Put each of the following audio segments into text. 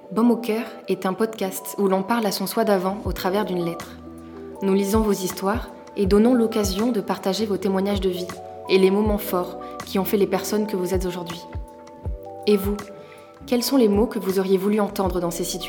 Baume au cœur est un podcast où l'on parle à son soi d'avant au travers d'une lettre. Nous lisons vos histoires et donnons l'occasion de partager vos témoignages de vie et les moments forts qui ont fait les personnes que vous êtes aujourd'hui. Et vous, quels sont les mots que vous auriez voulu entendre dans ces situations ?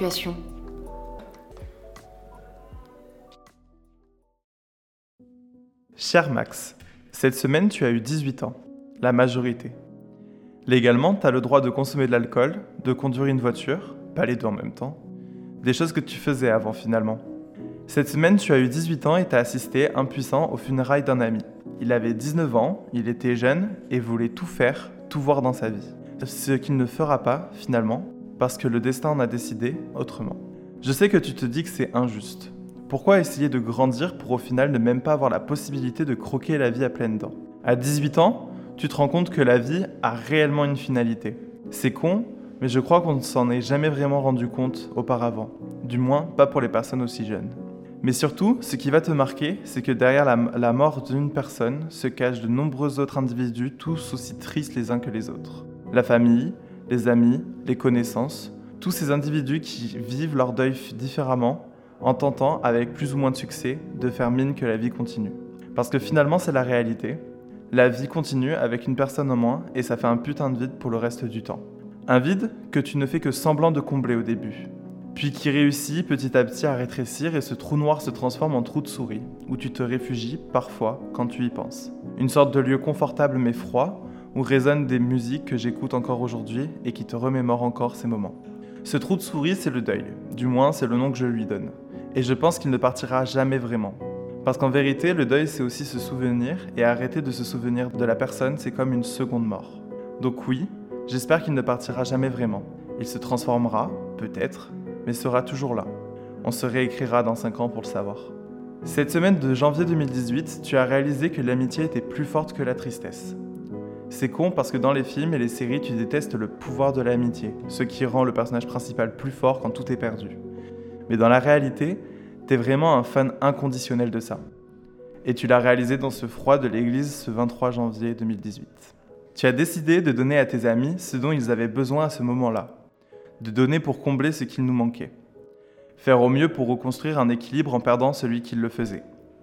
Cher Max, cette semaine tu as eu 18 ans, la majorité. Légalement, tu as le droit de consommer de l'alcool, de conduire une voiture, pas les deux en même temps, des choses que tu faisais avant finalement. Cette semaine tu as eu 18 ans et tu as assisté, impuissant, aux funérailles d'un ami. Il avait 19 ans, il était jeune et voulait tout faire, tout voir dans sa vie. Ce qu'il ne fera pas finalement, parce que le destin en a décidé autrement. Je sais que tu te dis que c'est injuste. Pourquoi essayer de grandir pour au final ne même pas avoir la possibilité de croquer la vie à pleines dents ? À 18 ans, tu te rends compte que la vie a réellement une finalité. C'est con, mais je crois qu'on ne s'en est jamais vraiment rendu compte auparavant. Du moins, pas pour les personnes aussi jeunes. Mais surtout, ce qui va te marquer, c'est que derrière la mort d'une personne se cachent de nombreux autres individus, tous aussi tristes les uns que les autres. La famille, les amis, les connaissances, tous ces individus qui vivent leur deuil différemment, en tentant, avec plus ou moins de succès, de faire mine que la vie continue. Parce que finalement, c'est la réalité. La vie continue avec une personne en moins et ça fait un putain de vide pour le reste du temps. Un vide que tu ne fais que semblant de combler au début. Puis qui réussit petit à petit à rétrécir et ce trou noir se transforme en trou de souris, où tu te réfugies parfois quand tu y penses. Une sorte de lieu confortable mais froid, où résonnent des musiques que j'écoute encore aujourd'hui et qui te remémorent encore ces moments. Ce trou de souris, c'est le deuil. Du moins, c'est le nom que je lui donne. Et je pense qu'il ne partira jamais vraiment. Parce qu'en vérité, le deuil, c'est aussi se souvenir, et arrêter de se souvenir de la personne, c'est comme une seconde mort. Donc oui, j'espère qu'il ne partira jamais vraiment. Il se transformera, peut-être, mais sera toujours là. On se réécrira dans 5 ans pour le savoir. Cette semaine de janvier 2018, tu as réalisé que l'amitié était plus forte que la tristesse. C'est con parce que dans les films et les séries, tu détestes le pouvoir de l'amitié, ce qui rend le personnage principal plus fort quand tout est perdu. Mais dans la réalité, t'es vraiment un fan inconditionnel de ça. Et tu l'as réalisé dans ce froid de l'église ce 23 janvier 2018. Tu as décidé de donner à tes amis ce dont ils avaient besoin à ce moment-là. De donner pour combler ce qu'il nous manquait. Faire au mieux pour reconstruire un équilibre en perdant celui qui le faisait.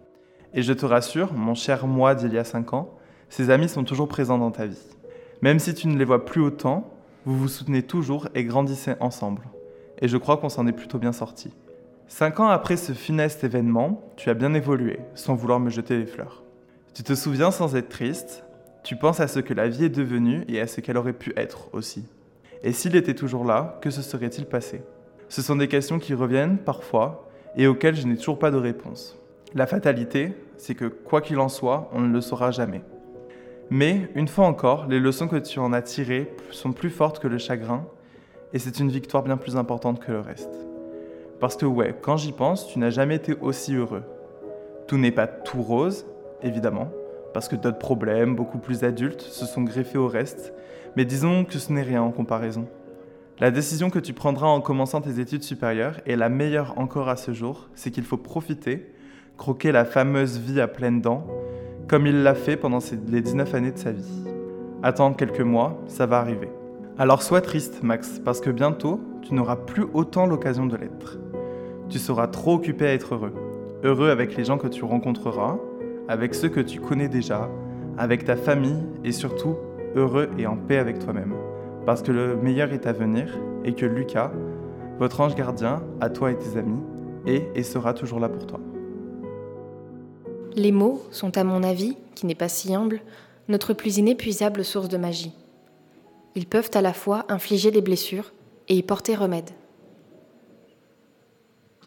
Et je te rassure, mon cher moi d'il y a 5 ans, ces amis sont toujours présents dans ta vie. Même si tu ne les vois plus autant, vous vous soutenez toujours et grandissez ensemble. Et je crois qu'on s'en est plutôt bien sortis. 5 ans après ce funeste événement, tu as bien évolué, sans vouloir me jeter les fleurs. Tu te souviens sans être triste, tu penses à ce que la vie est devenue et à ce qu'elle aurait pu être aussi. Et s'il était toujours là, que se serait-il passé ? Ce sont des questions qui reviennent parfois et auxquelles je n'ai toujours pas de réponse. La fatalité, c'est que quoi qu'il en soit, on ne le saura jamais. Mais, une fois encore, les leçons que tu en as tirées sont plus fortes que le chagrin et c'est une victoire bien plus importante que le reste. Parce que ouais, quand j'y pense, tu n'as jamais été aussi heureux. Tout n'est pas tout rose, évidemment, parce que d'autres problèmes, beaucoup plus adultes, se sont greffés au reste, mais disons que ce n'est rien en comparaison. La décision que tu prendras en commençant tes études supérieures, et la meilleure encore à ce jour, c'est qu'il faut profiter, croquer la fameuse vie à pleines dents, comme il l'a fait pendant les 19 années de sa vie. Attends quelques mois, ça va arriver. Alors sois triste, Max, parce que bientôt, tu n'auras plus autant l'occasion de l'être. Tu seras trop occupé à être heureux. Heureux avec les gens que tu rencontreras, avec ceux que tu connais déjà, avec ta famille et surtout heureux et en paix avec toi-même. Parce que le meilleur est à venir et que Lucas, votre ange gardien, à toi et tes amis, est et sera toujours là pour toi. Les mots sont, à mon avis, qui n'est pas si humble, notre plus inépuisable source de magie. Ils peuvent à la fois infliger des blessures et y porter remède.